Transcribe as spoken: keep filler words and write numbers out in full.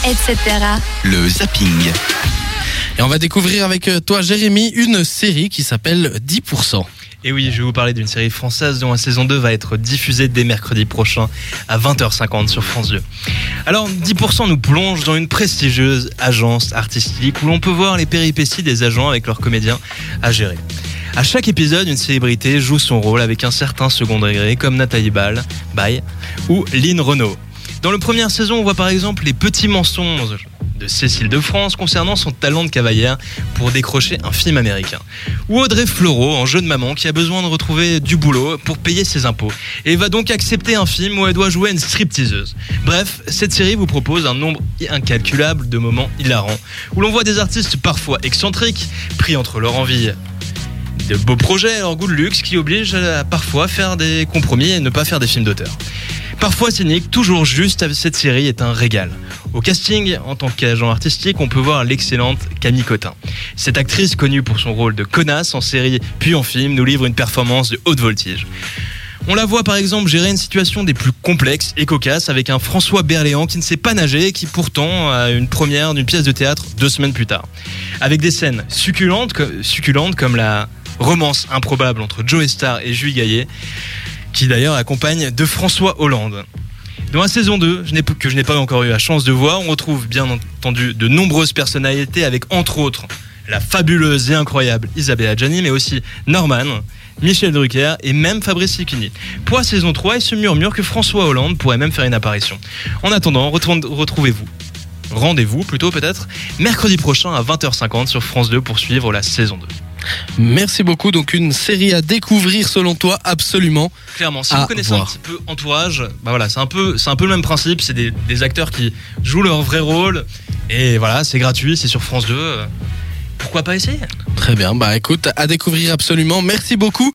et cetera. Le zapping. Et on va découvrir avec toi, Jérémy, une série qui s'appelle dix pour cent. Et oui, je vais vous parler d'une série française dont la saison deux va être diffusée dès mercredi prochain à vingt heures cinquante sur France deux. Alors, dix pour cent nous plonge dans une prestigieuse agence artistique où l'on peut voir les péripéties des agents avec leurs comédiens à gérer. À chaque épisode, une célébrité joue son rôle avec un certain second degré, comme Nathalie Baye Baye ou Lynn Renaud. Dans la première saison, on voit par exemple les petits mensonges de Cécile de France concernant son talent de cavalière pour décrocher un film américain. Ou Audrey Fleurot en jeu de maman qui a besoin de retrouver du boulot pour payer ses impôts et va donc accepter un film où elle doit jouer une stripteaseuse. Bref, cette série vous propose un nombre incalculable de moments hilarants où l'on voit des artistes parfois excentriques pris entre leur envie de beaux projets et leur goût de luxe qui obligent à parfois faire des compromis et ne pas faire des films d'auteur. Parfois cynique, toujours juste, cette série est un régal. Au casting, en tant qu'agent artistique, on peut voir l'excellente Camille Cotin. Cette actrice, connue pour son rôle de connasse en série puis en film, nous livre une performance de haute voltige. On la voit par exemple gérer une situation des plus complexes et cocasses avec un François Berléand qui ne sait pas nager et qui pourtant a une première d'une pièce de théâtre deux semaines plus tard. Avec des scènes succulentes, succulentes comme la romance improbable entre Joe Star et Julie Gaillet, qui d'ailleurs accompagne de François Hollande. Dans la saison deux, je n'ai, que je n'ai pas encore eu la chance de voir, on retrouve bien entendu de nombreuses personnalités avec entre autres la fabuleuse et incroyable Isabelle Adjani, mais aussi Norman, Michel Drucker et même Fabrice Lucchini. Pour la saison trois, il se murmure que François Hollande pourrait même faire une apparition. En attendant, retrouvez-vous, rendez-vous plutôt peut-être, mercredi prochain à vingt heures cinquante sur France deux pour suivre la saison deux. Merci beaucoup. Donc une série à découvrir selon toi, absolument. Clairement, si vous connaissez voir. un petit peu Entourage, bah voilà, c'est un peu, c'est un peu le même principe. C'est des, des acteurs qui jouent leur vrai rôle et voilà, c'est gratuit, c'est sur France deux. Pourquoi pas essayer ? Très bien. Bah écoute, à découvrir absolument. Merci beaucoup.